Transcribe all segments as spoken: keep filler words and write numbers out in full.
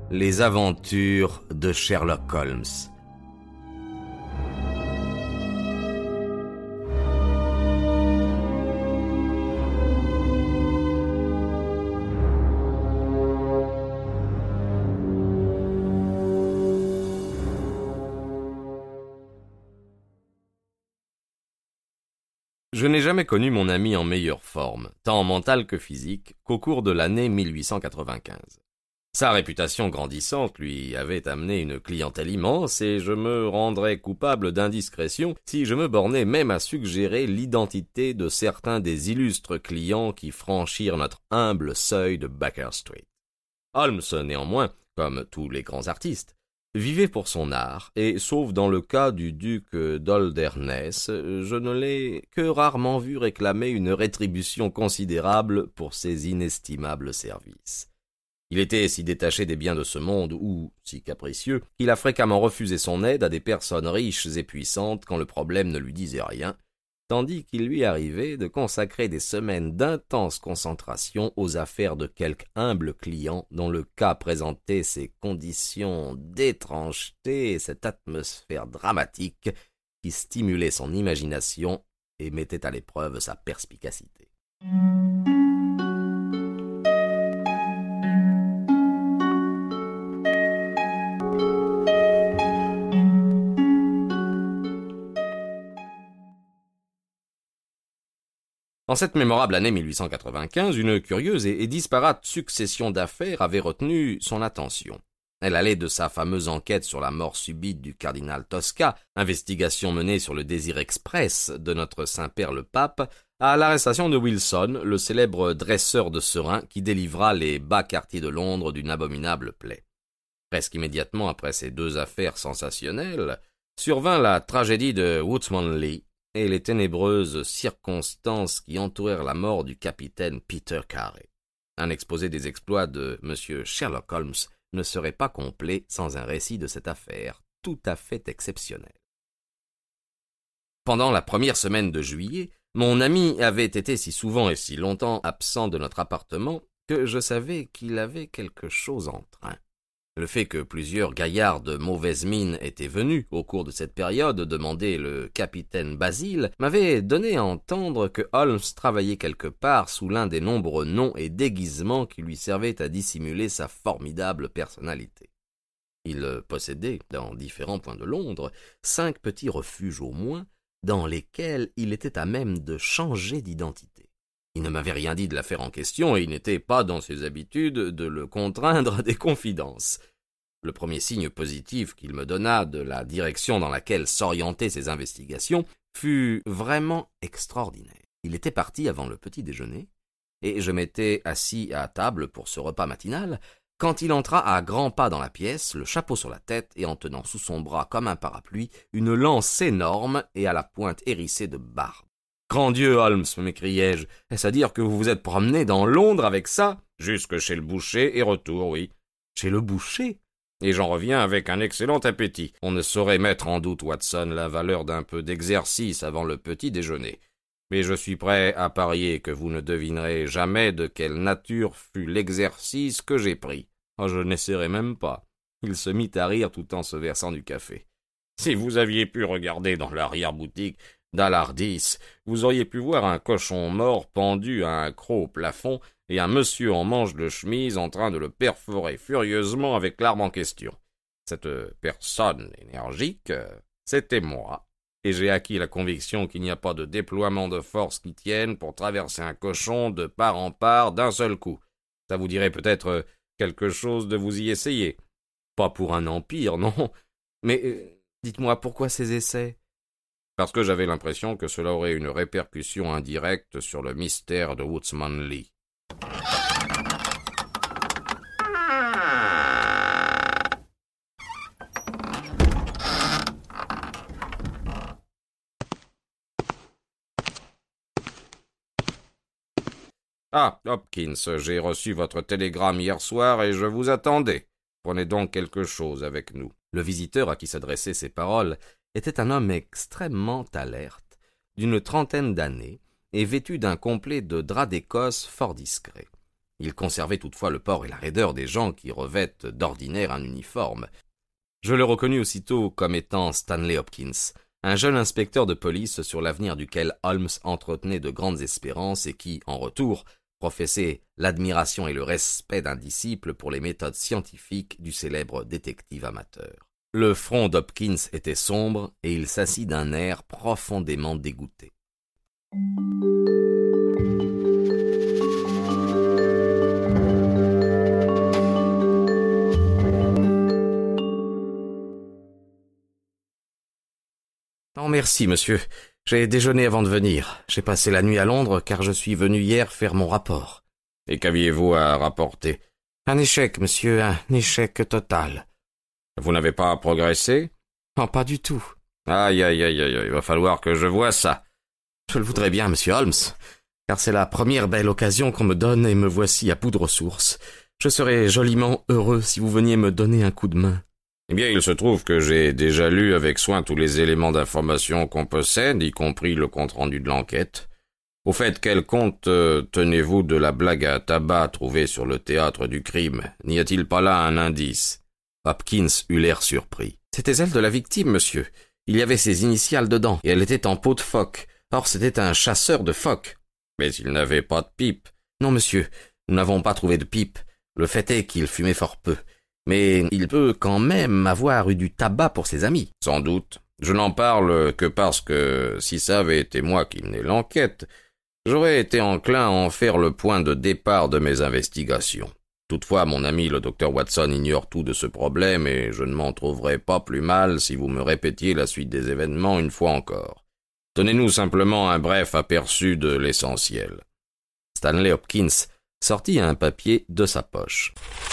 Les aventures de Sherlock Holmes. Je n'ai jamais connu mon ami en meilleure forme, tant mentale que physique, qu'au cours de l'année mille huit cent quatre-vingt-quinze. Sa réputation grandissante lui avait amené une clientèle immense et je me rendrais coupable d'indiscrétion si je me bornais même à suggérer l'identité de certains des illustres clients qui franchirent notre humble seuil de Baker Street. Holmes, néanmoins, comme tous les grands artistes, vivait pour son art, et sauf dans le cas du duc d'Holderness, je ne l'ai que rarement vu réclamer une rétribution considérable pour ses inestimables services. Il était si détaché des biens de ce monde, ou si capricieux, qu'il a fréquemment refusé son aide à des personnes riches et puissantes quand le problème ne lui disait rien, tandis qu'il lui arrivait de consacrer des semaines d'intense concentration aux affaires de quelque humble client dont le cas présentait ces conditions d'étrangeté et cette atmosphère dramatique qui stimulait son imagination et mettait à l'épreuve sa perspicacité. En cette mémorable année mille huit cent quatre-vingt-quinze, une curieuse et disparate succession d'affaires avait retenu son attention. Elle allait de sa fameuse enquête sur la mort subite du cardinal Tosca, investigation menée sur le désir express de notre Saint-Père le Pape, à l'arrestation de Wilson, le célèbre dresseur de serins qui délivra les bas quartiers de Londres d'une abominable plaie. Presque immédiatement après ces deux affaires sensationnelles, survint la tragédie de Woodsmanley, et les ténébreuses circonstances qui entourèrent la mort du capitaine Peter Carey. Un exposé des exploits de M. Sherlock Holmes ne serait pas complet sans un récit de cette affaire tout à fait exceptionnelle. Pendant la première semaine de juillet, mon ami avait été si souvent et si longtemps absent de notre appartement que je savais qu'il avait quelque chose en train. Le fait que plusieurs gaillards de mauvaise mine étaient venus, au cours de cette période, demander le capitaine Basil, m'avait donné à entendre que Holmes travaillait quelque part sous l'un des nombreux noms et déguisements qui lui servaient à dissimuler sa formidable personnalité. Il possédait, dans différents points de Londres, cinq petits refuges au moins, dans lesquels il était à même de changer d'identité. Il ne m'avait rien dit de l'affaire en question et il n'était pas dans ses habitudes de le contraindre à des confidences. Le premier signe positif qu'il me donna de la direction dans laquelle s'orientaient ses investigations fut vraiment extraordinaire. Il était parti avant le petit déjeuner et je m'étais assis à table pour ce repas matinal quand il entra à grands pas dans la pièce, le chapeau sur la tête et en tenant sous son bras comme un parapluie une lance énorme et à la pointe hérissée de barbe. « Grand Dieu, Holmes !» m'écriai-je. « Est-ce à dire que vous vous êtes promené dans Londres avec ça ?»« Jusque chez le boucher et retour, oui. »« Chez le boucher ?» Et j'en reviens avec un excellent appétit. On ne saurait mettre en doute, Watson, la valeur d'un peu d'exercice avant le petit déjeuner. Mais je suis prêt à parier que vous ne devinerez jamais de quelle nature fut l'exercice que j'ai pris. Oh, je n'essaierai même pas. Il se mit à rire tout en se versant du café. Si vous aviez pu regarder dans l'arrière-boutique d'Alardis, vous auriez pu voir un cochon mort pendu à un croc au plafond et un monsieur en manche de chemise en train de le perforer furieusement avec l'arme en question. Cette personne énergique, c'était moi, et j'ai acquis la conviction qu'il n'y a pas de déploiement de force qui tienne pour traverser un cochon de part en part d'un seul coup. Ça vous dirait peut-être quelque chose de vous y essayer. Pas pour un empire, non, mais euh, dites-moi pourquoi ces essais ? Parce que j'avais l'impression que cela aurait une répercussion indirecte sur le mystère de Woodsmanley. Ah, Hopkins, j'ai reçu votre télégramme hier soir et je vous attendais. Prenez donc quelque chose avec nous. Le visiteur à qui s'adressaient ces paroles était un homme extrêmement alerte, d'une trentaine d'années, et vêtu d'un complet de drap d'Écosse fort discret. Il conservait toutefois le port et la raideur des gens qui revêtent d'ordinaire un uniforme. Je le reconnus aussitôt comme étant Stanley Hopkins, un jeune inspecteur de police sur l'avenir duquel Holmes entretenait de grandes espérances et qui, en retour, professait l'admiration et le respect d'un disciple pour les méthodes scientifiques du célèbre détective amateur. Le front d'Hopkins était sombre et il s'assit d'un air profondément dégoûté. Non, merci, monsieur. J'ai déjeuné avant de venir. J'ai passé la nuit à Londres car je suis venu hier faire mon rapport. Et qu'aviez-vous à rapporter? Un échec, monsieur, un échec total. Vous n'avez pas progressé? Non, pas du tout. Aïe, aïe, aïe, aïe, il va falloir que je voie ça. Je le voudrais bien, monsieur Holmes, car c'est la première belle occasion qu'on me donne et me voici à bout de ressources. Je serais joliment heureux si vous veniez me donner un coup de main. Eh bien, il se trouve que j'ai déjà lu avec soin tous les éléments d'information qu'on possède, y compris le compte-rendu de l'enquête. Au fait, quel compte euh, tenez-vous de la blague à tabac trouvée sur le théâtre du crime? N'y a-t-il pas là un indice? Hopkins eut l'air surpris. C'était celle de la victime, monsieur. Il y avait ses initiales dedans, et elle était en peau de phoque. Or, c'était un chasseur de phoques. Mais il n'avait pas de pipe. Non, monsieur, nous n'avons pas trouvé de pipe. Le fait est qu'il fumait fort peu. Mais il peut quand même avoir eu du tabac pour ses amis. Sans doute. Je n'en parle que parce que, si ça avait été moi qui menais l'enquête, j'aurais été enclin à en faire le point de départ de mes investigations. Toutefois, mon ami le docteur Watson ignore tout de ce problème et je ne m'en trouverais pas plus mal si vous me répétiez la suite des événements une fois encore. Donnez-nous simplement un bref aperçu de l'essentiel. Stanley Hopkins sortit un papier de sa poche.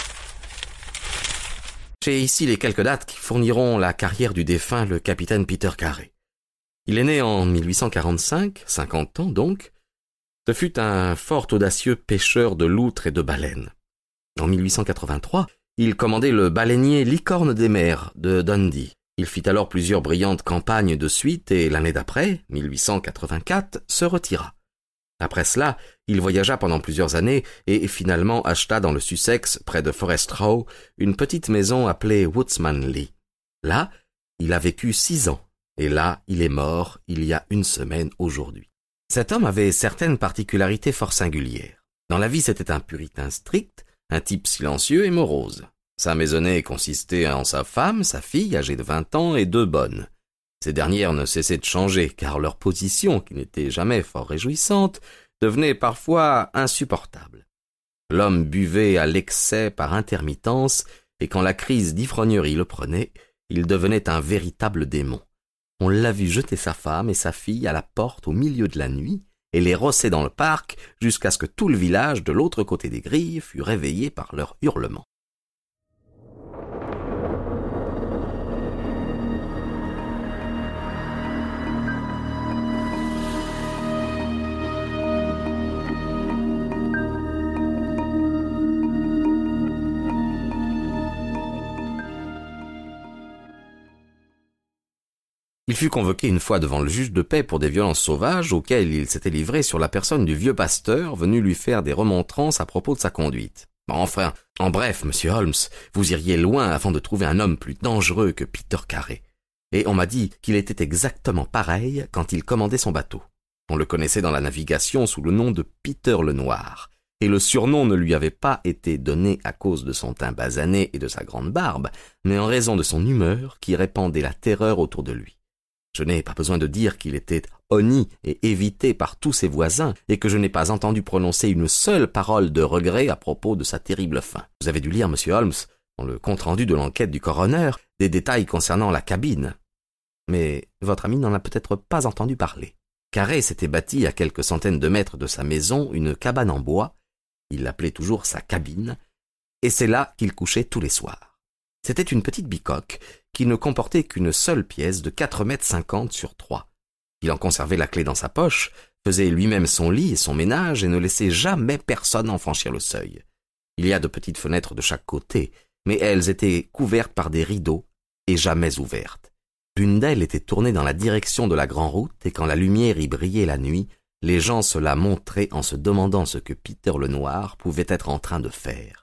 J'ai ici les quelques dates qui fourniront la carrière du défunt, le capitaine Peter Carey. Il est né en mille huit cent quarante-cinq, cinquante ans donc. Ce fut un fort audacieux pêcheur de loutres et de baleines. En mille huit cent quatre-vingt-trois, il commandait le baleinier Licorne des mers de Dundee. Il fit alors plusieurs brillantes campagnes de suite et l'année d'après, mille huit cent quatre-vingt-quatre, se retira. Après cela, il voyagea pendant plusieurs années et finalement acheta dans le Sussex, près de Forest Row, une petite maison appelée Woodsmanley. Là, il a vécu six ans, et là, il est mort il y a une semaine aujourd'hui. Cet homme avait certaines particularités fort singulières. Dans la vie, c'était un puritain strict, un type silencieux et morose. Sa maisonnée consistait en sa femme, sa fille, âgée de vingt ans, et deux bonnes. Ces dernières ne cessaient de changer, car leur position, qui n'était jamais fort réjouissante, devenait parfois insupportable. L'homme buvait à l'excès par intermittence, et quand la crise d'ivrognerie le prenait, il devenait un véritable démon. On l'a vu jeter sa femme et sa fille à la porte au milieu de la nuit, et les rosser dans le parc, jusqu'à ce que tout le village de l'autre côté des grilles fût réveillé par leurs hurlements. Il fut convoqué une fois devant le juge de paix pour des violences sauvages auxquelles il s'était livré sur la personne du vieux pasteur venu lui faire des remontrances à propos de sa conduite. Enfin, en bref, monsieur Holmes, vous iriez loin avant de trouver un homme plus dangereux que Peter Carey. Et on m'a dit qu'il était exactement pareil quand il commandait son bateau. On le connaissait dans la navigation sous le nom de Peter le Noir, et le surnom ne lui avait pas été donné à cause de son teint basané et de sa grande barbe, mais en raison de son humeur qui répandait la terreur autour de lui. Je n'ai pas besoin de dire qu'il était honni et évité par tous ses voisins et que je n'ai pas entendu prononcer une seule parole de regret à propos de sa terrible fin. Vous avez dû lire, monsieur Holmes, dans le compte-rendu de l'enquête du coroner, des détails concernant la cabine. Mais votre ami n'en a peut-être pas entendu parler. Carey s'était bâti à quelques centaines de mètres de sa maison une cabane en bois, il l'appelait toujours sa cabine, et c'est là qu'il couchait tous les soirs. C'était une petite bicoque qui ne comportait qu'une seule pièce de quatre mètres cinquante sur trois. Il en conservait la clé dans sa poche, faisait lui-même son lit et son ménage et ne laissait jamais personne en franchir le seuil. Il y a de petites fenêtres de chaque côté, mais elles étaient couvertes par des rideaux et jamais ouvertes. L'une d'elles était tournée dans la direction de la grande route et quand la lumière y brillait la nuit, les gens se la montraient en se demandant ce que Peter le Noir pouvait être en train de faire.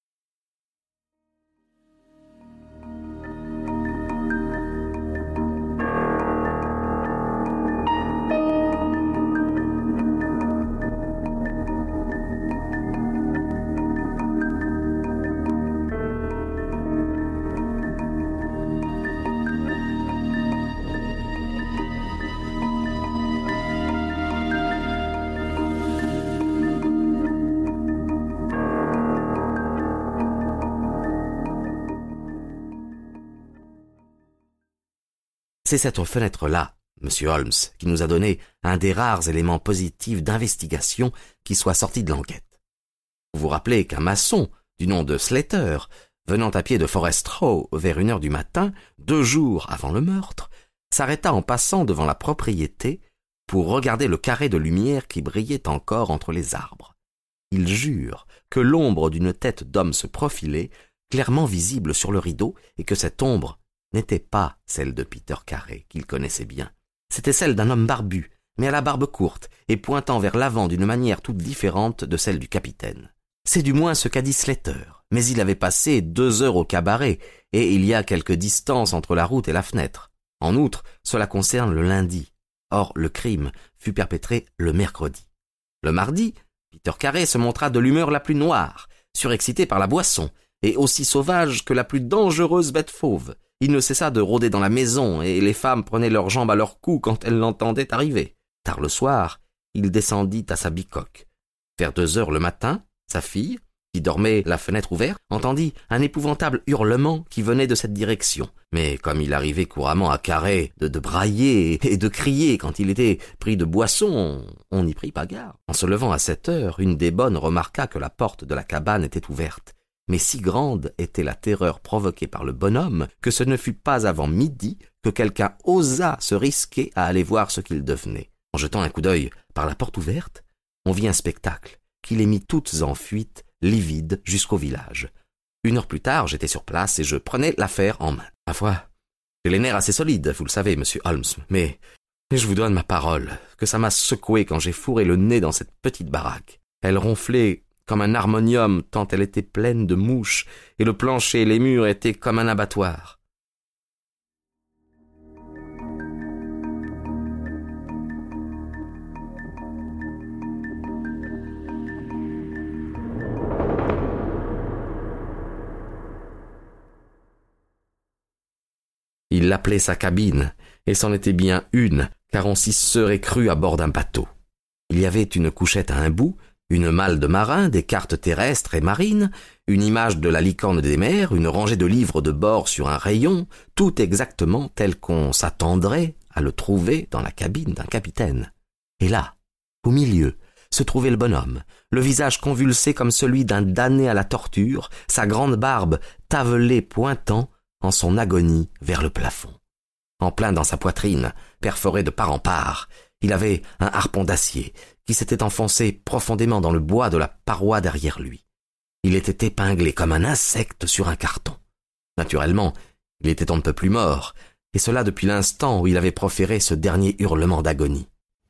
C'est cette fenêtre-là, monsieur Holmes, qui nous a donné un des rares éléments positifs d'investigation qui soit sorti de l'enquête. Vous vous rappelez qu'un maçon, du nom de Slater, venant à pied de Forest Row vers une heure du matin, deux jours avant le meurtre, s'arrêta en passant devant la propriété pour regarder le carré de lumière qui brillait encore entre les arbres. Il jure que l'ombre d'une tête d'homme se profilait, clairement visible sur le rideau, et que cette ombre n'était pas celle de Peter Carey, qu'il connaissait bien. C'était celle d'un homme barbu, mais à la barbe courte et pointant vers l'avant d'une manière toute différente de celle du capitaine. C'est du moins ce qu'a dit Slater, mais il avait passé deux heures au cabaret, et il y a quelque distance entre la route et la fenêtre. En outre, cela concerne le lundi. Or, le crime fut perpétré le mercredi. Le mardi, Peter Carey se montra de l'humeur la plus noire, surexcité par la boisson, et aussi sauvage que la plus dangereuse bête fauve. Il ne cessa de rôder dans la maison, et les femmes prenaient leurs jambes à leur cou quand elles l'entendaient arriver. Tard le soir, il descendit à sa bicoque. Vers deux heures le matin, sa fille, qui dormait la fenêtre ouverte, entendit un épouvantable hurlement qui venait de cette direction. Mais comme il arrivait couramment à Carey de, de brailler et de crier quand il était pris de boisson, on n'y prit pas garde. En se levant à cette heure, une des bonnes remarqua que la porte de la cabane était ouverte. Mais si grande était la terreur provoquée par le bonhomme que ce ne fut pas avant midi que quelqu'un osa se risquer à aller voir ce qu'il devenait. En jetant un coup d'œil par la porte ouverte, on vit un spectacle qui les mit toutes en fuite, livides, jusqu'au village. Une heure plus tard, j'étais sur place et je prenais l'affaire en main. Ma foi, j'ai les nerfs assez solides, vous le savez, monsieur Holmes, mais, mais je vous donne ma parole que ça m'a secoué quand j'ai fourré le nez dans cette petite baraque. Elle ronflait comme un harmonium tant elle était pleine de mouches, et le plancher et les murs étaient comme un abattoir. Il l'appelait sa cabine, et c'en était bien une, car on s'y serait cru à bord d'un bateau. Il y avait une couchette à un bout, une malle de marin, des cartes terrestres et marines, une image de la licorne des mers, une rangée de livres de bord sur un rayon, tout exactement tel qu'on s'attendrait à le trouver dans la cabine d'un capitaine. Et là, au milieu, se trouvait le bonhomme, le visage convulsé comme celui d'un damné à la torture, sa grande barbe tavelée pointant en son agonie vers le plafond. En plein dans sa poitrine, perforée de part en part, il avait un harpon d'acier qui s'était enfoncé profondément dans le bois de la paroi derrière lui. Il était épinglé comme un insecte sur un carton. Naturellement, il était on ne peut plus mort, et cela depuis l'instant où il avait proféré ce dernier hurlement d'agonie.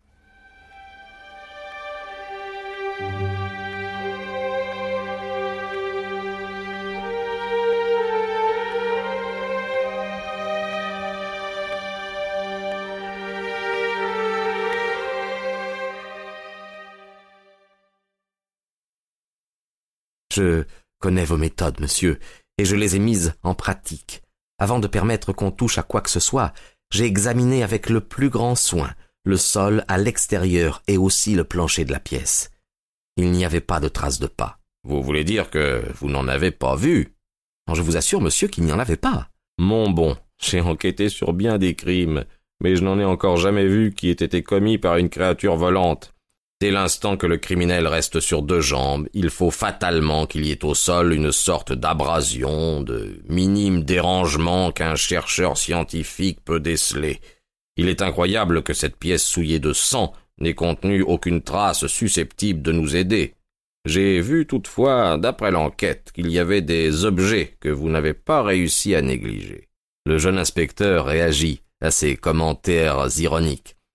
Je connais vos méthodes, monsieur, et je les ai mises en pratique. Avant de permettre qu'on touche à quoi que ce soit, j'ai examiné avec le plus grand soin le sol à l'extérieur et aussi le plancher de la pièce. Il n'y avait pas de traces de pas. Vous voulez dire que vous n'en avez pas vu? Je vous assure, monsieur, qu'il n'y en avait pas. Mon bon, j'ai enquêté sur bien des crimes, mais je n'en ai encore jamais vu qui ait été commis par une créature volante. Dès l'instant que le criminel reste sur deux jambes, il faut fatalement qu'il y ait au sol une sorte d'abrasion, de minime dérangement qu'un chercheur scientifique peut déceler. Il est incroyable que cette pièce souillée de sang n'ait contenu aucune trace susceptible de nous aider. J'ai vu toutefois, d'après l'enquête, qu'il y avait des objets que vous n'avez pas réussi à négliger. Le jeune inspecteur réagit à ces commentaires ironiques.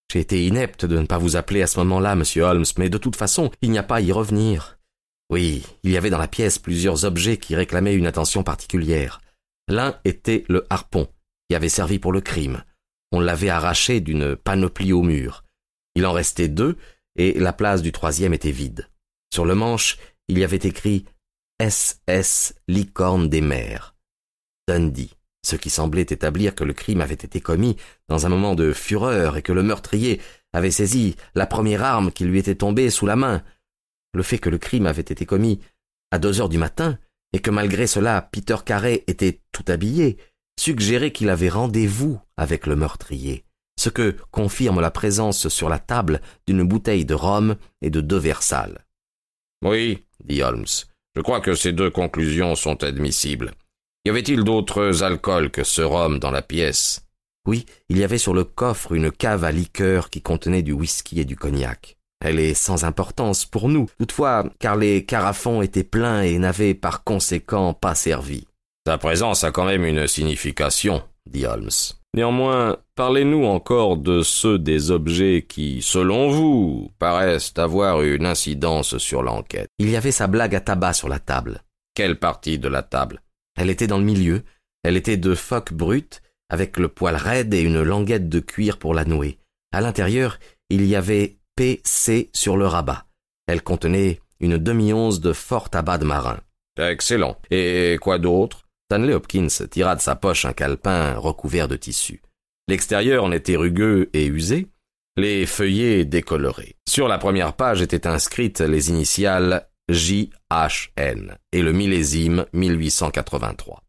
J'ai été inepte de ne pas vous appeler à ce moment-là, monsieur Holmes, mais de toute façon, il n'y a pas à y revenir. Oui, il y avait dans la pièce plusieurs objets qui réclamaient une attention particulière. L'un était le harpon, qui avait servi pour le crime. On l'avait arraché d'une panoplie au mur. Il en restait deux, et la place du troisième était vide. Sur le manche, il y avait écrit « S S Licorne des mers ». Dundee, ce qui semblait établir que le crime avait été commis dans un moment de fureur et que le meurtrier avait saisi la première arme qui lui était tombée sous la main. Le fait que le crime avait été commis à deux heures du matin et que malgré cela Peter Carey était tout habillé suggérait qu'il avait rendez-vous avec le meurtrier, ce que confirme la présence sur la table d'une bouteille de rhum et de deux verres sales. « Oui, dit Holmes, je crois que ces deux conclusions sont admissibles. Y avait-il d'autres alcools que ce rhum dans la pièce ?» Oui, il y avait sur le coffre une cave à liqueur qui contenait du whisky et du cognac. Elle est sans importance pour nous, toutefois, car les carafons étaient pleins et n'avaient par conséquent pas servi. « Sa présence a quand même une signification, » dit Holmes. « Néanmoins, parlez-nous encore de ceux des objets qui, selon vous, paraissent avoir une incidence sur l'enquête. » Il y avait sa blague à tabac sur la table. « Quelle partie de la table ?» Elle était dans le milieu, elle était de phoque brute, avec le poil raide et une languette de cuir pour la nouer. À l'intérieur, il y avait P C sur le rabat. Elle contenait une demi-once de fort tabac de marin. « Excellent. Et quoi d'autre ?» Stanley Hopkins tira de sa poche un calepin recouvert de tissu. L'extérieur en était rugueux et usé, les feuillets décolorés. Sur la première page étaient inscrites les initiales J H N et le millésime mille huit cent quatre-vingt-trois.